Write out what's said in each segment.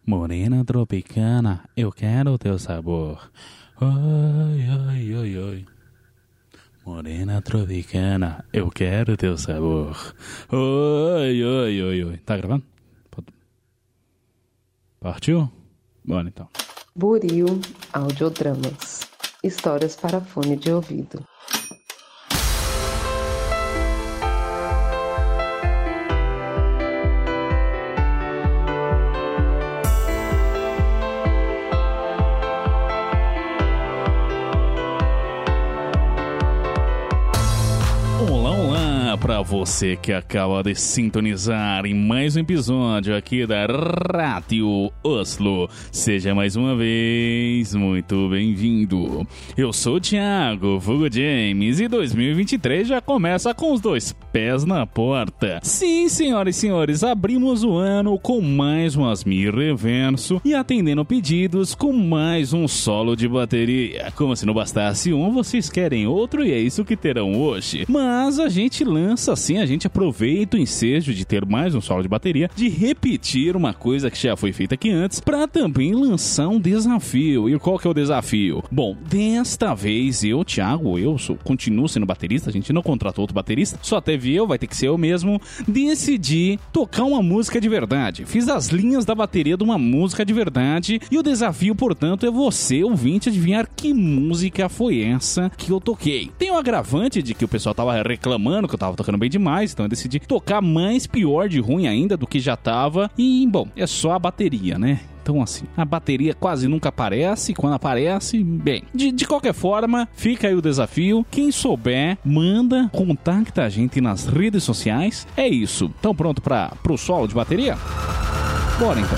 Morena tropicana, eu quero o teu sabor. Oi, oi, oi, oi. Morena tropicana, eu quero o teu sabor. Oi, oi, oi, oi. Tá gravando? Partiu? Bora então. Buril Audiodramas. Histórias para fone de ouvido. Para você que acaba de sintonizar em mais um episódio aqui da Rádio Oslo, seja mais uma vez muito bem-vindo. Eu sou o Thiago, vulgo James, e 2023 já começa com os dois pés na porta. Sim, senhoras e senhores, abrimos o ano com mais um Asmi Reverso e atendendo pedidos com mais um solo de bateria. Como se não bastasse um, vocês querem outro e é isso que terão hoje. Mas a gente lança assim, a gente aproveita o ensejo de ter mais um solo de bateria, de repetir uma coisa que já foi feita aqui antes, para também lançar um desafio. E qual que é o desafio? Bom, desta vez eu, Thiago, continuo sendo baterista, a gente não contratou outro baterista, só teve eu, vai ter que ser eu mesmo, decidi tocar uma música de verdade. Fiz as linhas da bateria de uma música de verdade e o desafio, portanto, é você, ouvinte, adivinhar que música foi essa que eu toquei. Tem o agravante de que o pessoal tava reclamando que eu tava tocando bem demais, então eu decidi tocar mais pior de ruim ainda do que já tava. E, bom, é só a bateria, né? Então, assim, a bateria quase nunca aparece. Quando aparece, bem, de qualquer forma, fica aí o desafio. Quem souber, manda, contacta a gente nas redes sociais. É isso. Então, pronto pro solo de bateria? Bora, então.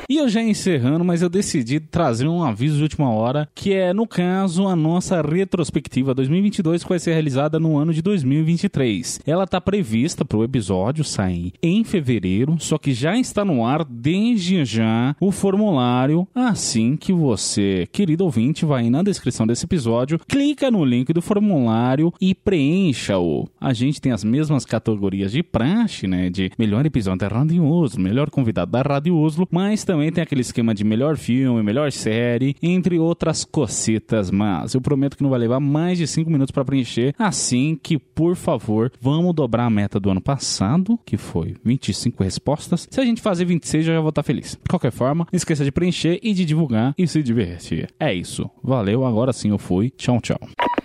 E eu já encerrando, mas eu decidi trazer um aviso de última hora, que é, no caso, a nossa retrospectiva 2022, que vai ser realizada no ano de 2023. Ela está prevista para o episódio sair em fevereiro, só que já está no ar desde já o formulário, assim que você, querido ouvinte, vai na descrição desse episódio, clica no link do formulário e preencha-o. A gente tem as mesmas categorias de praxe, né, de melhor episódio da Rádio Oslo, melhor convidado da Rádio Oslo, mas também tem aquele esquema de melhor filme, melhor série, entre outras cocitas, mas eu prometo que não vai levar mais de 5 minutos para preencher, assim que, por favor, vamos dobrar a meta do ano passado, que foi 25 respostas. Se a gente fazer 26, eu já vou estar feliz. De qualquer forma, não esqueça de preencher e de divulgar e se divertir. É isso. Valeu, agora sim eu fui. Tchau, tchau.